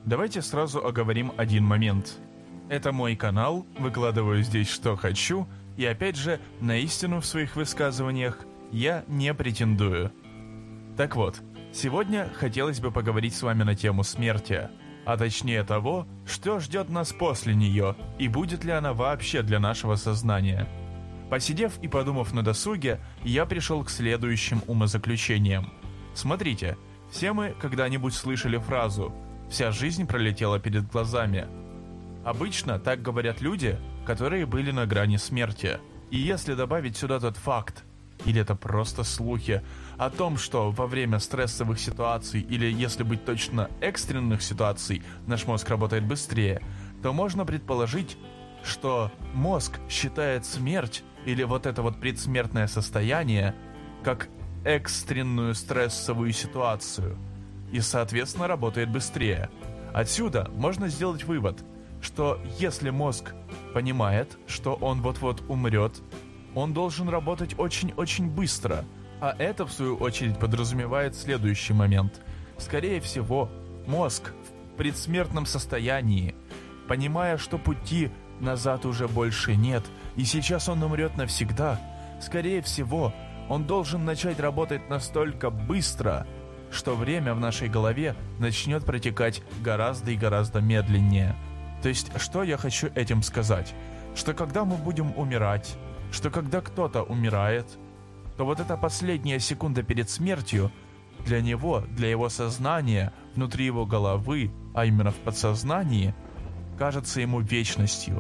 Давайте сразу оговорим один момент. Это мой канал, выкладываю здесь что хочу, и опять же, на истину в своих высказываниях я не претендую. Так вот, сегодня хотелось бы поговорить с вами на тему смерти, а точнее того, что ждет нас после нее, и будет ли она вообще для нашего сознания. Посидев и подумав на досуге, я пришел к следующим умозаключениям. Смотрите, все мы когда-нибудь слышали фразу «вся жизнь пролетела перед глазами». Обычно так говорят люди, которые были на грани смерти. И если добавить сюда тот факт, или это просто слухи, о том, что во время стрессовых ситуаций, или если быть точно экстренных ситуаций, наш мозг работает быстрее, то можно предположить, что мозг считает смерть, или вот это вот предсмертное состояние, как экстренную стрессовую ситуацию, и соответственно работает быстрее. Отсюда можно сделать вывод, что если мозг понимает, что он вот-вот умрет, он должен работать очень-очень быстро. А это, в свою очередь, подразумевает следующий момент. Скорее всего, мозг в предсмертном состоянии, понимая, что пути назад уже больше нет, и сейчас он умрет навсегда, скорее всего, он должен начать работать настолько быстро, что время в нашей голове начнет протекать гораздо и гораздо медленнее. То есть, что я хочу этим сказать? Что когда мы будем умирать, что когда кто-то умирает, то вот эта последняя секунда перед смертью для него, для его сознания, внутри его головы, а именно в подсознании, кажется ему вечностью.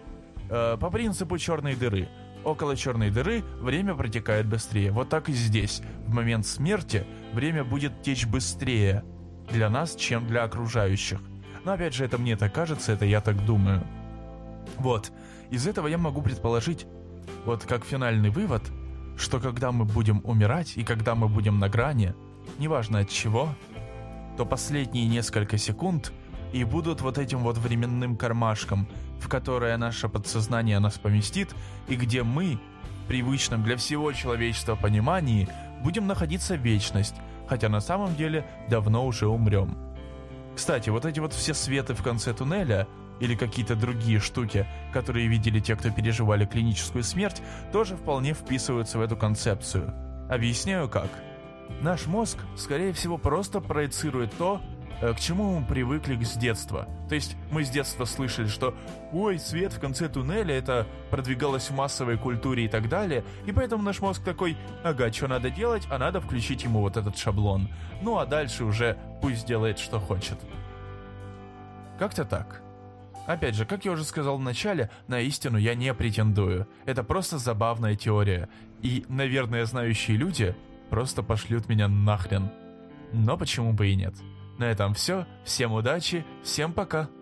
По принципу черной дыры. Около черной дыры время протекает быстрее. Вот так и здесь. В момент смерти время будет течь быстрее для нас, чем для окружающих. Но опять же, это мне так кажется, это я так думаю. Вот. Из этого я могу предположить, вот как финальный вывод, что когда мы будем умирать и когда мы будем на грани, неважно от чего, то последние несколько секунд и будут вот этим вот временным кармашком, в которое наше подсознание нас поместит, и где мы, в привычном для всего человечества понимании, будем находиться вечность, хотя на самом деле давно уже умрем. Кстати, вот эти вот все светы в конце туннеля, или какие-то другие штуки, которые видели те, кто переживали клиническую смерть, тоже вполне вписываются в эту концепцию. Объясняю как. Наш мозг, скорее всего, просто проецирует то, к чему мы привыкли с детства. То есть мы с детства слышали, что «Ой, свет в конце туннеля» — это продвигалось в массовой культуре и так далее, и поэтому наш мозг такой «Ага, что надо делать? А надо включить ему вот этот шаблон. Ну а дальше уже пусть делает, что хочет». Как-то так. Опять же, как я уже сказал в начале, на истину я не претендую. Это просто забавная теория. И, наверное, знающие люди просто пошлют меня нахрен. Но почему бы и нет. На этом все. Всем удачи, всем пока.